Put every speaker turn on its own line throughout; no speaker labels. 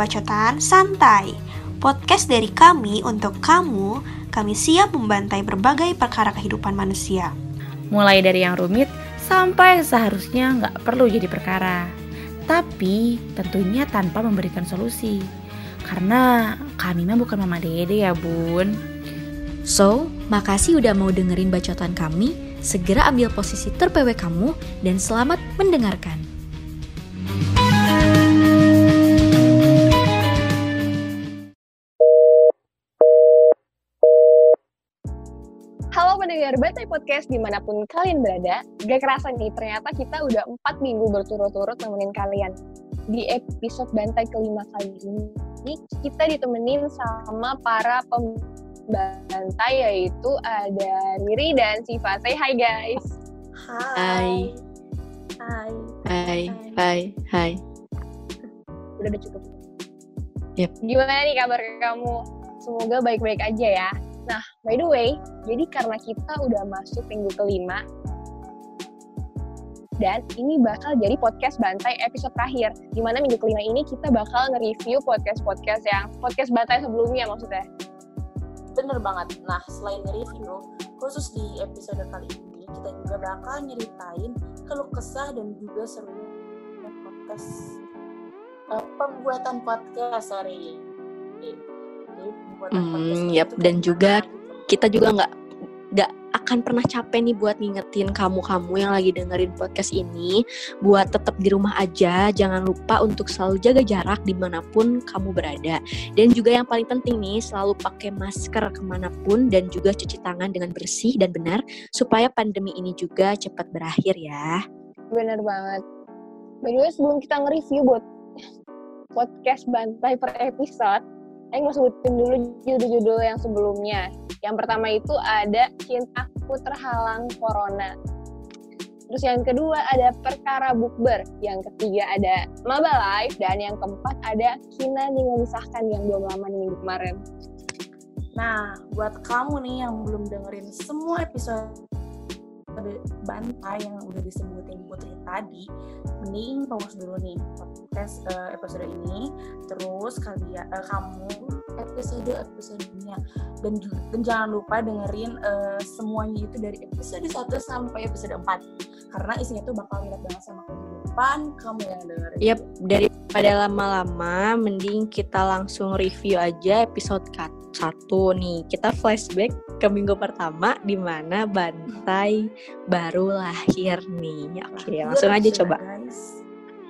Bacotan Santai, podcast dari kami untuk kamu. Kami siap membantai berbagai perkara kehidupan manusia.
Mulai dari yang rumit sampai seharusnya nggak perlu jadi perkara. Tapi tentunya tanpa memberikan solusi. Karena kami mah bukan mama dede ya bun.
So, makasih udah mau dengerin bacotan kami. Segera ambil posisi ter-PW kamu dan selamat mendengarkan.
Halo pendengar Bantai Podcast dimanapun kalian berada. Gak kerasa nih, ternyata kita udah 4 minggu berturut-turut nemenin kalian. Di episode Bantai kelima kali ini, kita ditemenin sama para pembantai, yaitu ada Riri dan Siva. Say hi guys.
Hai. Hai.
Udah cukup.
Yep.
Gimana nih kabar kamu? Semoga baik-baik aja ya. Nah, by the way, jadi karena kita udah masuk minggu kelima, dan ini bakal jadi podcast Bantai episode terakhir, dimana minggu kelima ini kita bakal nge-review podcast-podcast yang podcast Bantai sebelumnya maksudnya.
Bener banget. Nah, selain nge-review, khusus di episode kali ini, kita juga bakal nyeritain keluh kesah dan juga serunya podcast, pembuatan podcast,
Yap, dan juga kita juga nggak akan pernah capek nih buat ngingetin kamu yang lagi dengerin podcast ini buat tetap di rumah aja. Jangan lupa untuk selalu jaga jarak dimanapun kamu berada, dan juga yang paling penting nih, selalu pakai masker kemanapun dan juga cuci tangan dengan bersih dan benar supaya pandemi ini juga cepat berakhir ya.
Bener banget. By the way, sebelum kita nge-review buat podcast Bantai per episode, Aing mau sebutin dulu judul-judul yang sebelumnya. Yang pertama itu ada Cintaku Terhalang Corona. Terus yang kedua ada Perkara Bukber. Yang ketiga ada Maba Live. Dan yang keempat ada Kina nih memisahkan yang belum lama nih minggu kemarin.
Nah, buat kamu nih yang belum dengerin semua episode Bantai yang udah disebutin Putri tadi, mending pause dulu nih podcast episode ini, terus kamu episode-episodenya, dan jangan lupa dengerin semuanya itu dari episode 1 sampai episode 4, karena isinya tuh bakal relate banget sama kehidupan kamu yang dengerin.
Yap, daripada lama-lama mending kita langsung review aja episode 1 nih. Kita flashback ke minggu pertama di mana Bantai baru lahir nih. Oke, langsung aja coba.
Guys.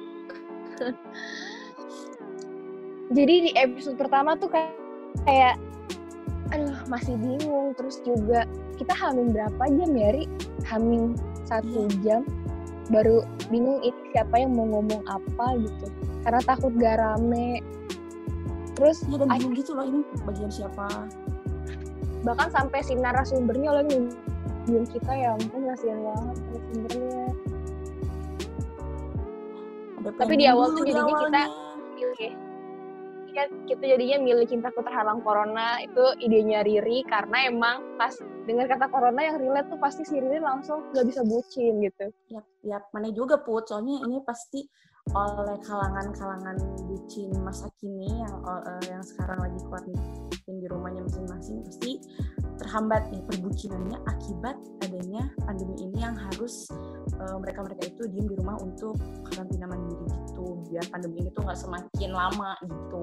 Jadi di episode pertama tuh kayak masih bingung. Terus juga kita hamil berapa jam ya, Ri? Hamil 1 jam. Baru bingung ini siapa yang mau ngomong apa gitu. Karena takut gak rame. Terus
dan bingung gitu loh, ini bagian siapa.
Bahkan sampai si narasumbernya loh yang nungguin kita, ya ampun kasihan banget narasumbernya. Tapi di awal tuh jadinya kita jadinya milih Cintaku Terhalang Corona, itu idenya Riri, karena emang pas dengar kata corona yang relate tuh pasti si Riri langsung gak bisa bucin gitu.
Yap, mana juga Put, soalnya ini pasti oleh kalangan bucin masa kini yang sekarang lagi kuatin di rumahnya masing-masing, pasti terhambat nih perbucinannya akibat adanya pandemi ini yang harus mereka itu diem di rumah untuk karantina mandiri gitu, biar pandemi ini tuh nggak semakin lama gitu.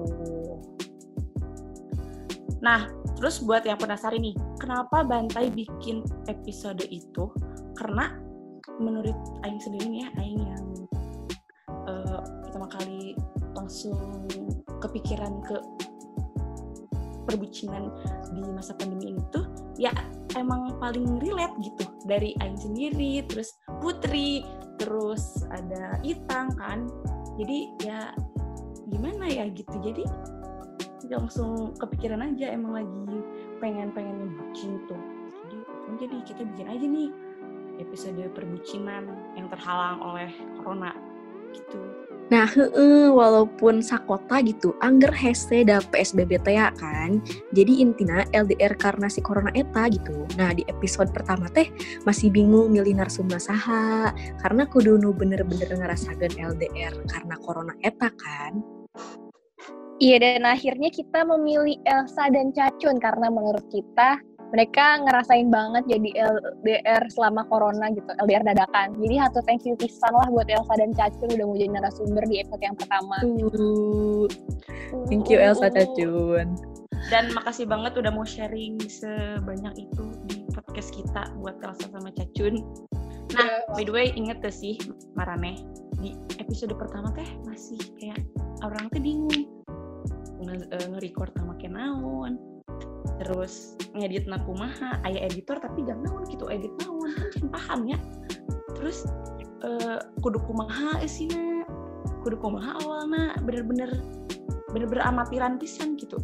Nah, terus buat yang penasaran nih, kenapa Bantai bikin episode itu? Karena menurut Aing sendiri nih ya, Aing yang pertama kali langsung kepikiran ke perbucinan di masa pandemi ini tuh ya emang paling relate gitu, dari Aing sendiri, terus Putri, terus ada Itang kan, jadi ya gimana ya gitu, jadi langsung kepikiran aja, emang lagi pengen bucin tuh, jadi kita bikin aja nih episode perbucinan yang terhalang oleh corona gitu.
Nah, walaupun sakota gitu, angger hese da PSBB teh ya kan. Jadi intina LDR karena si corona eta gitu. Nah, di episode pertama teh masih bingung milih narsumna saha, karena kudu nu bener-bener ngerasakeun LDR karena corona eta kan.
Iya, dan akhirnya kita memilih Elsa dan Cacun karena menurut kita mereka ngerasain banget jadi LDR selama corona gitu, LDR dadakan. Jadi thank you pisan lah buat Elsa dan Cacun udah mau jadi narasumber di episode yang pertama.
Thank you Elsa Cacun.
Dan makasih banget udah mau sharing sebanyak itu di podcast kita buat Elsa sama Cacun. Nah, by the way, inget gak sih Marane, di episode pertama teh masih kayak orang teh bingung nge-record sama kenaon, terus ngedit na kumaha, aya editor tapi gak naon gitu, edit naon kan jangan paham ya. Terus kudu kumaha isina, kudu kumaha awalna, bener-bener amatiran pisan gitu.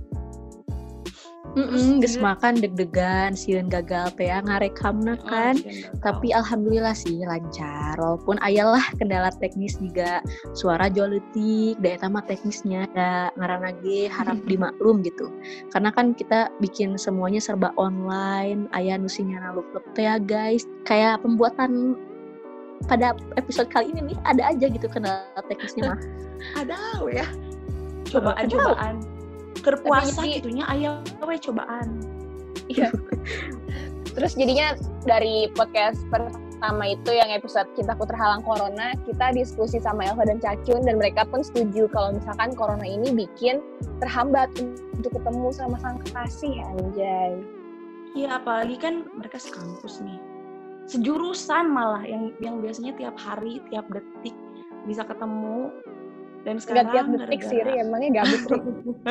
Geus makan deg-degan sieun gagal teh ngarekamna kan. Tapi alhamdulillah sih lancar. Walaupun ayalah kendala teknis juga, suara jauh leutik, da eta mah teknisnya da ngaranna ge harap dimaklum gitu. Karena kan kita bikin semuanya serba online, aya nu sinyalna lup-lup teh ya guys. Kayak pembuatan pada episode kali ini nih ada aja gitu kendala teknisnya mah.
Ada ya. Cobaan. Kerpuasa gitunya aya we cobaan.
Iya. Terus jadinya dari podcast pertama itu yang episode Cintaku Terhalang Corona, kita diskusi sama Elsa dan Cacun dan mereka pun setuju kalau misalkan corona ini bikin terhambat untuk ketemu sama sang kekasih, anjay.
Iya, apalagi kan mereka sekampus nih. Sejurusan malah yang biasanya tiap hari, tiap detik bisa ketemu. Dan sekarang
tiap detik sih, emangnya gabut sih.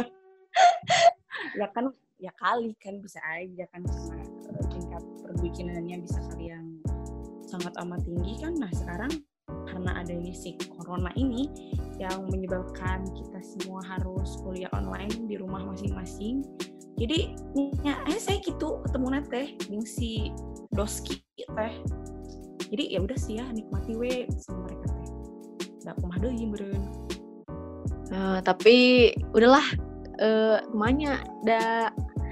Ya kan, ya kali kan bisa aja kan karena tingkat perbikinannya bisa kali yang sangat amat tinggi kan. Nah sekarang karena adanya si corona ini yang menyebabkan kita semua harus kuliah online di rumah masing-masing. Jadi ya saya gitu ketemu teh yang si doski teh. Jadi ya udah sih ya nikmati we sama mereka teh. Da kumaha deui meureun.
Tapi udahlah kumanya da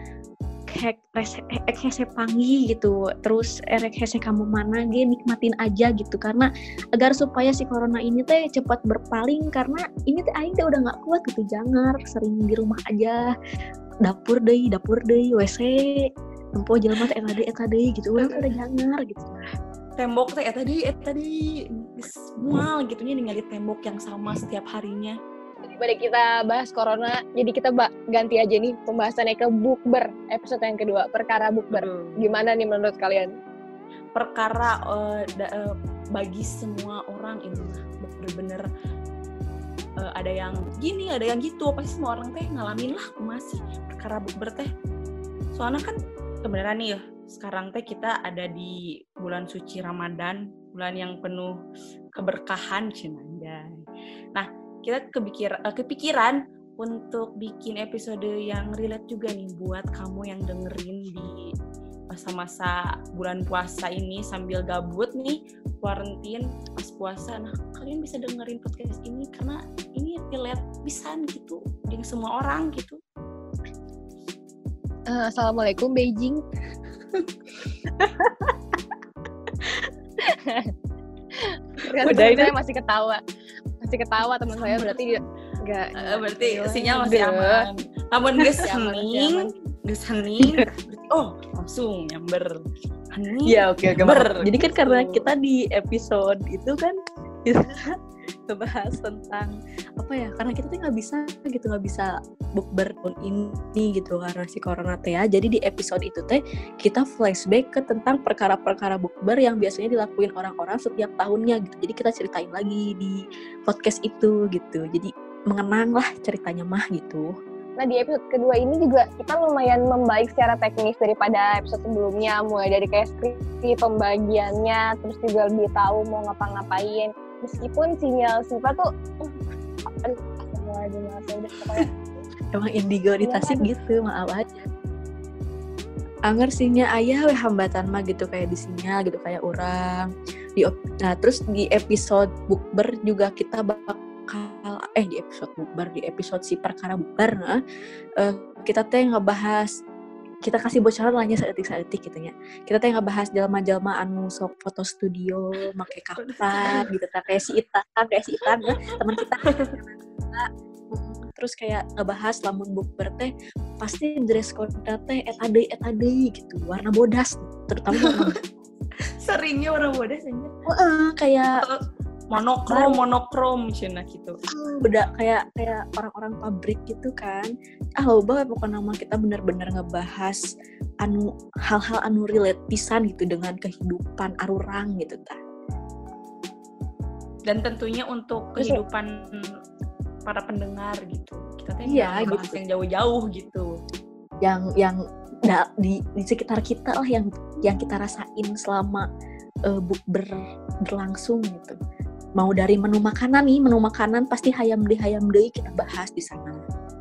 hese panggih gitu, terus hese kamu mana ge nikmatin aja gitu, karena agar supaya si corona ini teh cepat berpaling, karena ini teh aing teh udah nggak kuat gitu, jangan sering di rumah aja, dapur deui WC tempo jelema teh eta deui gitu, udah jangan gitu.
Tembok teh eta deui mual gitunya ningali tembok yang sama setiap harinya.
Daripada kita bahas corona, jadi kita ganti aja nih pembahasannya ke bukber, episode yang kedua, perkara bukber. Gimana nih menurut kalian?
Perkara bagi semua orang ini bener-bener ada yang gini, ada yang gitu, pasti semua orang teh ngalamin lah masih perkara bukber teh. Soalnya kan kebenaran nih ya, sekarang teh kita ada di bulan suci Ramadan, bulan yang penuh keberkahan cenah. Nah, kita kepikiran untuk bikin episode yang relate juga nih buat kamu yang dengerin di masa-masa bulan puasa ini sambil gabut nih, quarantine pas puasa. Nah, kalian bisa dengerin podcast ini karena ini relate pisan gitu dengan semua orang gitu.
Assalamualaikum Beijing. Udah ini masih ketawa teman saya, berarti enggak
berarti sinyal masih aman. Namun geus hening oh langsung nyamber.
Iya, oke. Jadi kan karena kita di episode itu kan kita ngebahas tentang apa ya, karena kita tuh nggak bisa bukber tahun ini gitu karena si corona teh ya. Jadi di episode itu teh kita flashback ke tentang perkara-perkara bukber yang biasanya dilakuin orang-orang setiap tahunnya gitu. Jadi kita ceritain lagi di podcast itu gitu. Jadi mengenang lah ceritanya mah gitu.
Nah di episode kedua ini juga kita lumayan membaik secara teknis daripada episode sebelumnya, mulai dari kayak skripsi pembagiannya, terus juga lebih tahu mau ngapa-ngapain. Meskipun sinyal Siva tuh
emang indigo di Tasik gitu, maaf aja. Anger sinyal ayah hambatan mah gitu, kayak di sinyal gitu kayak orang. Nah terus di episode bukber juga kita di episode si perkara bukber kita teh ngebahas, kita kasih bocoran lahnya seetik gitu ya. Kita teh ngebahas jalma-jalma anu sok foto studio make kaftan gitu, kayak si Itan teman kita. terus kayak ngebahas lamun bukber teh pasti dress code teh etade gitu, warna bodas terutama warna
Seringnya orang bodas aja.
kayak
monokrom cina gitu.
beda kayak orang-orang pabrik gitu kan. Loba pokoknya nama kita benar-benar ngebahas hal-hal relate pisan gitu dengan kehidupan arurang gitu tah.
Dan tentunya untuk kehidupan para pendengar gitu. Kita teh
Iya,
bahas
gitu.
yang jauh-jauh gitu.
Yang di sekitar kita lah yang kita rasain selama bukber berlangsung gitu. Mau dari menu makanan pasti hayam deui kita bahas di sana.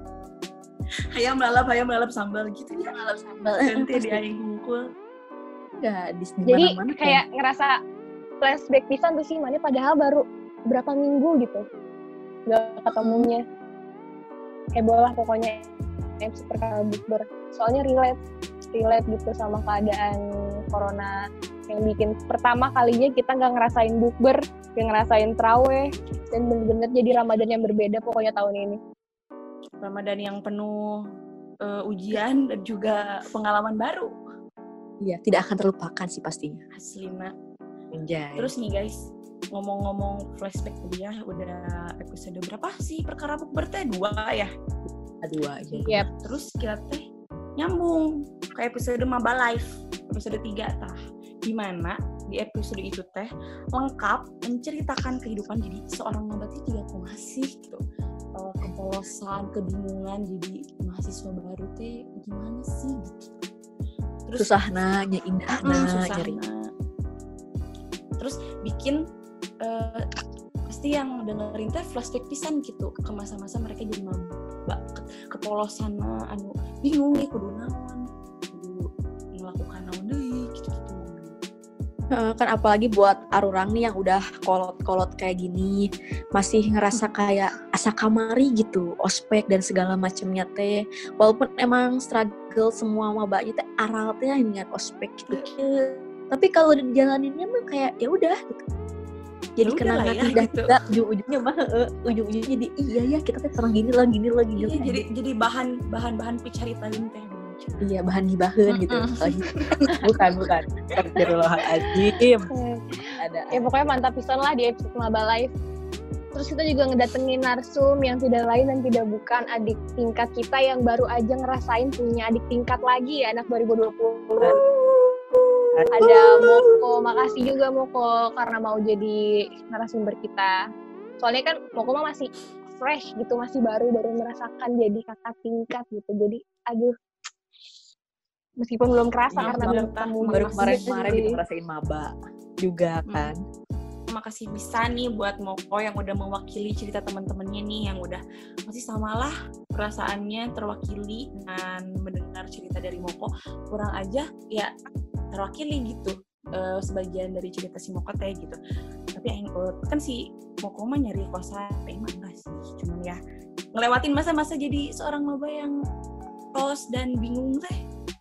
Hayam lalap sambal gitu ya.
Lalap sambal
Ganti di aing hungkul.
enggak di
Jadi
mana-mana
kayak ngerasa flashback pisan tuh sih, mana padahal baru berapa minggu gitu nggak ketemunya. Heboh lah pokoknya MC perkara bukber. Soalnya relate gitu sama keadaan corona yang bikin pertama kalinya kita nggak ngerasain bukber, nggak ngerasain traweh, dan bener-bener jadi Ramadan yang berbeda pokoknya tahun ini.
Ramadan yang penuh ujian dan juga pengalaman baru.
Iya, tidak akan terlupakan sih pastinya.
Aslina.
Anjay.
Terus nih guys, ngomong-ngomong flashback tadi ya, udah episode berapa sih perkara bukber teh? 2 ya?
2 aja.
Yep.
Terus kita teh nyambung ke episode Maba Live, episode 3 tah. Dimana di episode itu teh lengkap menceritakan kehidupan jadi seorang maba teh juga masih gitu. Kepolosan, kebingungan jadi mahasiswa baru teh gimana sih gitu. Terus
Susahna, indahna, nyari.
Terus bikin pasti yang dengerin teh flashback pisan gitu ke masa-masa mereka jadi maba, kepolosan anu bingung ya kudu naon, kudu melakukan naon deui gitu-gitu.
Kan apalagi buat arurang nih yang udah kolot-kolot kayak gini, masih ngerasa kayak asa kamari gitu, ospek dan segala macamnya teh. Walaupun emang struggle semua mabanya teh aral teh ingat ospek gitu. Tapi kalau dijalaninnya mah kayak ya udah gitu. Jadi kenangan
ya,
indah
gitu.
juga, ujung-ujungnya jadi iya ya kita teh pernah gini lagi.
Iya, jadi bahan picaritain teh.
Iya, bahan hibaheun gitu. Bukan. Astagfirullahaladzim. Ada.
Ya pokoknya mantap pisan lah di episode Maba Live. Terus kita juga ngedatengin narsum yang tidak lain dan tidak bukan adik tingkat kita yang baru aja ngerasain punya adik tingkat lagi ya, anak 2020. Ada Moko, makasih juga Moko karena mau jadi narasumber kita. Soalnya kan Moko mah masih fresh gitu, masih baru merasakan jadi kakak tingkat gitu. Jadi aduh, meskipun belum kerasa karena belum ketemu
Baru kemarin gitu ngerasain maba juga kan.
Makasih bisa nih buat Moko yang udah mewakili cerita teman-temannya nih yang udah masih samalah perasaannya terwakili dan mendengar cerita dari Moko. Kurang aja ya terwakili gitu sebagian dari cerita si Moko teh gitu. Tapi kan si Moko mah nyari kuasa emang enggak sih, cuman ya ngelewatin masa-masa jadi seorang maba yang polos dan bingung teh.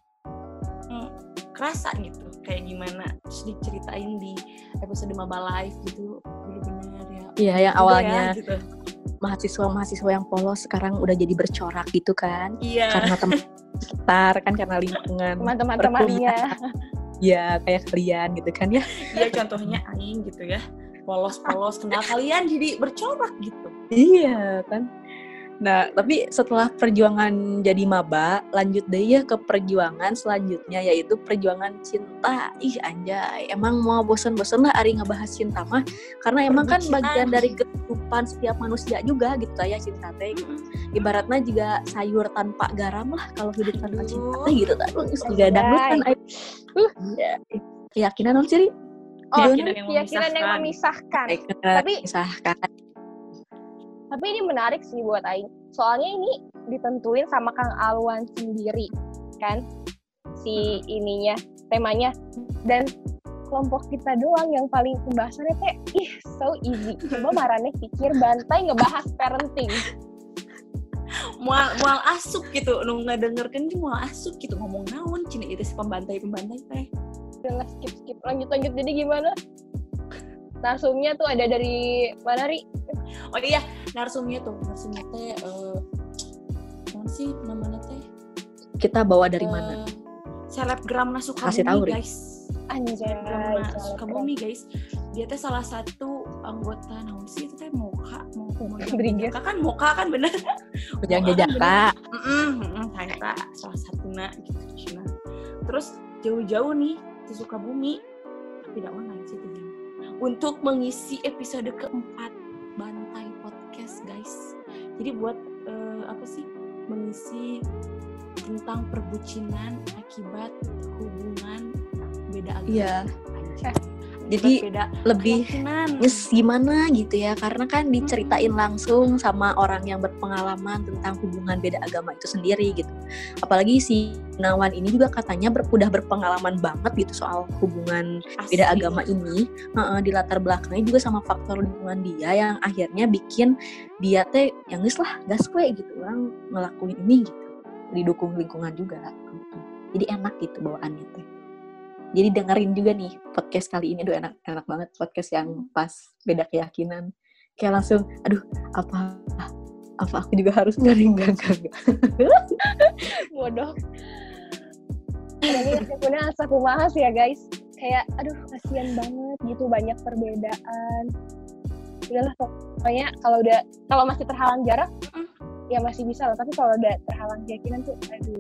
Kerasa gitu kayak gimana, terus diceritain di episode Maba Live gitu, bener-bener ya.
Iya, yang awalnya
ya, gitu.
mahasiswa yang polos sekarang udah jadi bercorak gitu kan.
Iya.
Karena teman sekitar kan, karena lingkungan
teman-temannya.
Ya kayak kalian gitu kan ya.
Iya, contohnya aing gitu ya, polos-polos kenal kalian jadi bercorak gitu.
Iya kan. Nah, tapi setelah perjuangan jadi maba, lanjut deh ya ke perjuangan selanjutnya, yaitu perjuangan cinta. Ih anjay, emang mau bosen-bosen lah ari ngebahas cinta mah, karena emang kan bagian dari kehidupan setiap manusia juga gitu ya cinta teh. Ibaratnya juga sayur tanpa garam lah kalau hidup tanpa cinta teh gitu. Terus juga dangdut kan. Keyakinan non sih?
Keyakinan yang memisahkan. Tapi ini menarik sih buat Aing. Soalnya ini ditentuin sama Kang Alwan sendiri, kan? Si ininya, temanya. Dan kelompok kita doang yang paling pembahasannya teh, so easy. Coba marane pikir bantai ngebahas parenting.
Mual asup gitu, nu ngadengerkeun ge mual asup gitu, ngomong naon cina iris pembantai teh.
Udah skip. Lanjut. Jadi gimana? Narsumnya tuh ada dari mana, Ri?
Oh iya, narsumnya teh sih namanya teh?
Kita bawa dari mana?
Selebgram
Kasih tahu,
Sukabumi
Ri.
guys.
Anjay,
Selebgram Sukabumi guys. Dia teh salah satu anggota naon sih itu teh Moka
Brigade.
kan Moka kan bener.
Ujang
Moka kan
Jajaka.
Saya salah satunya gitu Cina. Terus jauh-jauh nih di Sukabumi tidak online sih tuh untuk mengisi episode keempat Bantai Podcast guys. Jadi buat mengisi tentang perbucinan akibat hubungan beda agama.
Iya.
Anjay.
Jadi
beda
lebih
keyakinan.
gimana gitu ya, karena kan diceritain langsung sama orang yang berpengalaman tentang hubungan beda agama itu sendiri gitu. Apalagi si Gunawan ini juga katanya udah berpengalaman banget gitu soal hubungan
Asli.
beda agama ini. Di latar belakangnya juga sama faktor lingkungan dia yang akhirnya bikin dia teh yang geus lah gas we gitu, orang ngelakuin ini gitu, didukung lingkungan juga gitu. Jadi enak gitu bawaannya teh. Jadi dengerin juga nih podcast kali ini, aduh enak banget podcast yang pas beda keyakinan. Kayak langsung, aduh apa aku juga harus enggak.
Bodoh. Ini sebenarnya asa kumaha sih ya guys. Kayak aduh kasihan banget gitu, banyak perbedaan. Udahlah pokoknya kalau masih terhalang jarak ya masih bisa lah, tapi kalau udah terhalang keyakinan tuh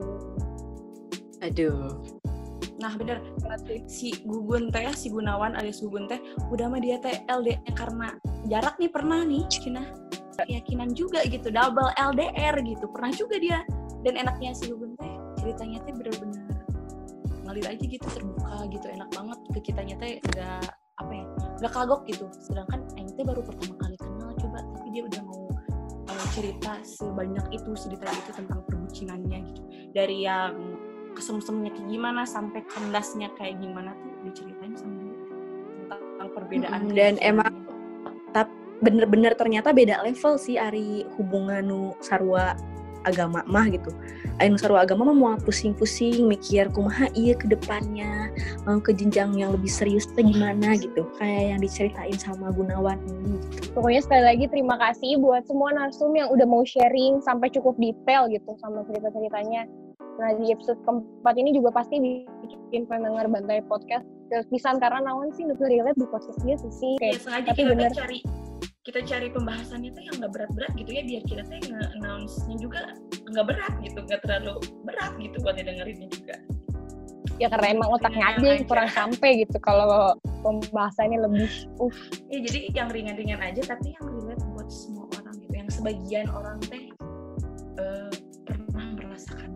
Aduh.
Nah bener, si Gunawan alias Gugun teh udah mah dia teh LDR karena jarak nih, pernah nih Cina keyakinan juga gitu, double LDR gitu, pernah juga dia. Dan enaknya si Gugun teh ceritanya teh bener-bener ngalir aja gitu, terbuka gitu, enak banget ke kitanya teh, nggak kagok gitu. Sedangkan Aing teh baru pertama kali kenal coba, tapi dia udah mau cerita sebanyak itu, sedetail itu tentang perbucinannya gitu, dari yang kesemsemnya kayak gimana sampai kandasnya kayak gimana tuh diceritain sama dia tentang perbedaan.
Dan emang bener-bener ternyata beda level sih ari hubungan nu sarua agama mah gitu. Anu sarua agama mah mau pusing-pusing mikir kumaha ieu ke depannya, ke jenjang yang lebih serius teh gimana gitu. Kayak yang diceritain sama Gunawan ini gitu.
Pokoknya sekali lagi terima kasih buat semua narsum yang udah mau sharing sampai cukup detail gitu sama cerita-ceritanya. Nah di episode keempat ini juga pasti bikin pendengar Bantai Podcast pisan karena nawan sih lebih relate di podcastnya sih.
Ya, sengaja kita cari pembahasannya tuh yang nggak berat-berat gitu ya, biar kita tuh nge-announce-nya juga nggak berat gitu, nggak terlalu berat gitu buat dengerinnya juga.
Ya karena emang otaknya aja yang kurang sampai gitu kalau pembahasannya lebih
Ya jadi yang ringan-ringan aja tapi yang relate buat semua orang gitu, yang sebagian orang teh pernah merasakan.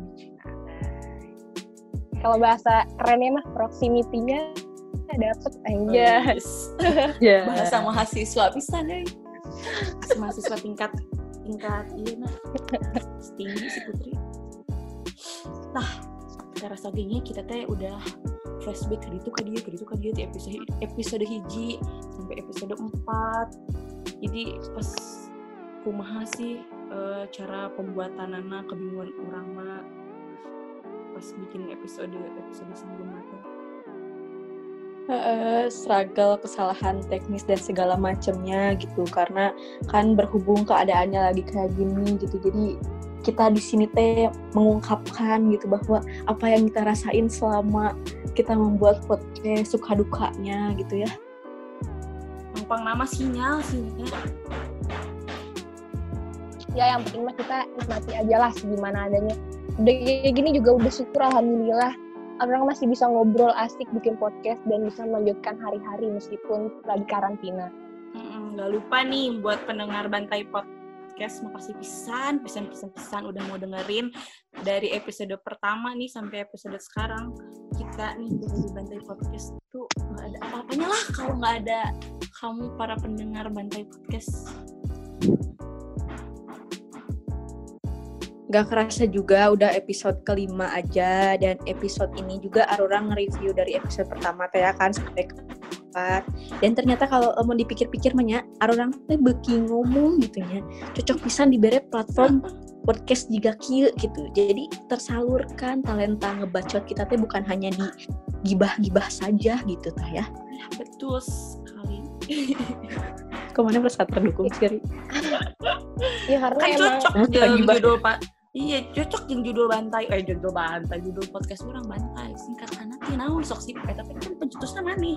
Kalau bahasa kerennya mah proximity-nya dapet aja.
Yeah.
Bahasa mahasiswa bisa deh. Mahasiswa tingkat iya nah. Tinggi si Putri. Nah, cara saking kita teh udah flashback ke dia di episode hiji sampai episode 4. Jadi pas kumaha sih cara pembuatanana, kebingungan orang mah pas bikin episode sebelumnya tuh.
Struggle, kesalahan teknis dan segala macamnya gitu, karena kan berhubung keadaannya lagi kayak gini gitu, jadi kita di sini teh mengungkapkan gitu bahwa apa yang kita rasain selama kita membuat podcast, suka dukanya gitu ya.
Numpang nama sinyal.
Ya yang penting mah kita nikmati aja lah segimana adanya. Udah kayak gini juga udah syukur alhamdulillah. Orang masih bisa ngobrol asik, bikin podcast dan bisa melanjutkan hari-hari meskipun lagi karantina.
Gak lupa nih buat pendengar Bantai Podcast, makasih pisan udah mau dengerin dari episode pertama nih sampai episode sekarang. Kita nih dari Bantai Podcast tuh gak ada apa-apanya lah kalau gak ada kamu para pendengar Bantai Podcast.
Gak kerasa juga udah episode kelima aja, dan episode ini juga Arurang nge-review dari episode pertama teh kan sampai ke-4. Dan ternyata kalau mau dipikir-pikir mah Arurang teh beuki ngomong gitu nya. Cocok pisan dibere platform podcast juga kieu gitu. Jadi tersalurkan talenta ngebacot kita teh bukan hanya di gibah-gibah saja gitu tah ya.
Betul sekali.
Kemana merasa terdukung sih?
Ya karena
kan
emang
cocok judul Pak. Iya, cocok jeung judul judul podcast orang bantai. Singkatan nanti naon sok sip tapi kan pencetusna maneh.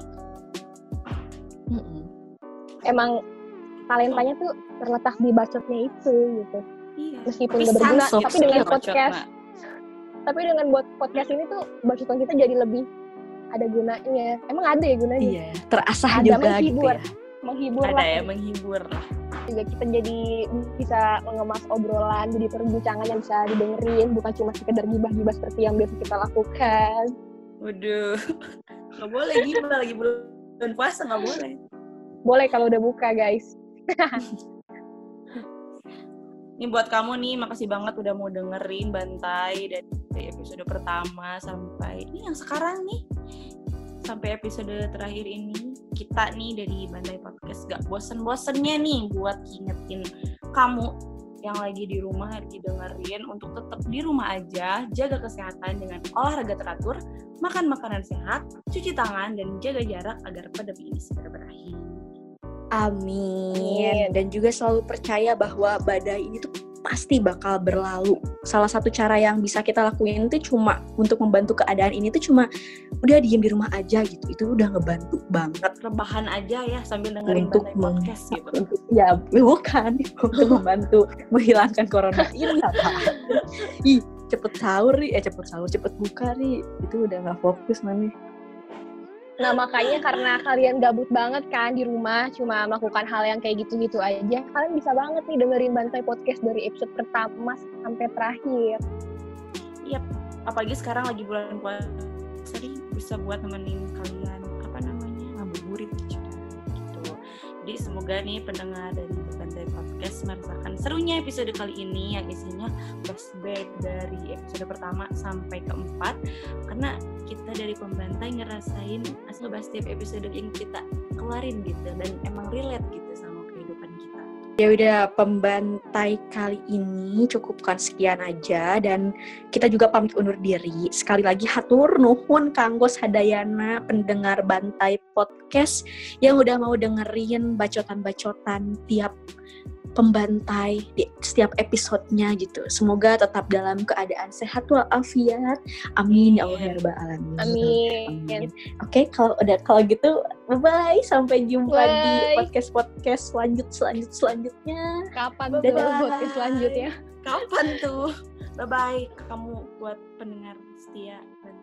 Emang talentanya tuh terletak di bacotnya itu gitu.
Iya.
Meskipun gak berguna, tapi dengan podcast.
bacot,
Tapi dengan buat podcast ini tuh bacotan kita jadi lebih ada gunanya. Emang ada ya gunanya?
Iya, terasah
ada
juga gitu ya.
Menghibur
ada
lah.
ya menghibur lah.
Juga kita jadi bisa mengemas obrolan, jadi perbincangan yang bisa didengerin, bukan cuma sekedar gibah-gibah seperti yang biasa kita lakukan.
Waduh, nggak boleh gibah lagi bulan puasa, nggak boleh.
Boleh kalau udah buka, guys.
Ini buat kamu nih, makasih banget udah mau dengerin Bantai dari episode pertama sampai ini yang sekarang nih, sampai episode terakhir ini. Kita nih dari Bantai Podcast gak bosen-bosennya nih buat ingetin kamu yang lagi di rumah, lagi dengerin untuk tetap di rumah aja, jaga kesehatan dengan olahraga teratur, makan makanan sehat, cuci tangan, dan jaga jarak agar pandemi ini segera berakhir.
Amin. Dan juga selalu percaya bahwa badai ini tuh pasti bakal berlalu. Salah satu cara yang bisa kita lakuin itu cuma untuk membantu keadaan ini tuh cuma udah diem di rumah aja gitu. Itu udah ngebantu banget.
Rebahan aja ya sambil dengerin
Untuk
Bantai Podcast gitu.
Ya bukan untuk membantu menghilangkan corona ini apa? Ih, cepet buka ri. Itu udah nggak fokus mana.
Nah, makanya karena kalian gabut banget kan di rumah, cuma melakukan hal yang kayak gitu-gitu aja, kalian bisa banget nih dengerin Bantai Podcast dari episode pertama sampai terakhir.
Iya, apalagi sekarang lagi bulan puasa nih, bisa buat nemenin kalian ngabuburit gitu. Jadi semoga nih pendengar dari Bantai Podcast merasakan serunya episode kali ini yang isinya flashback dari episode pertama sampai keempat, karena kita dari pembantai ngerasain asal bahas setiap episode yang kita keluarin gitu dan emang relate gitu sama kehidupan kita.
Ya udah, pembantai kali ini cukupkan sekian aja dan kita juga pamit undur diri. Sekali lagi hatur nuhun kanggo sadayana pendengar Bantai Podcast yang udah mau dengerin bacotan-bacotan tiap pembantai di setiap episodenya gitu. Semoga tetap dalam keadaan sehat walafiat. Amin ya Allah ya rabbal alamin.
Amin.
Oke, kalau gitu bye, sampai jumpa di podcast selanjutnya.
Kapan tuh
Dadah.
podcast selanjutnya?
Kapan tuh? Bye-bye kamu buat pendengar setia.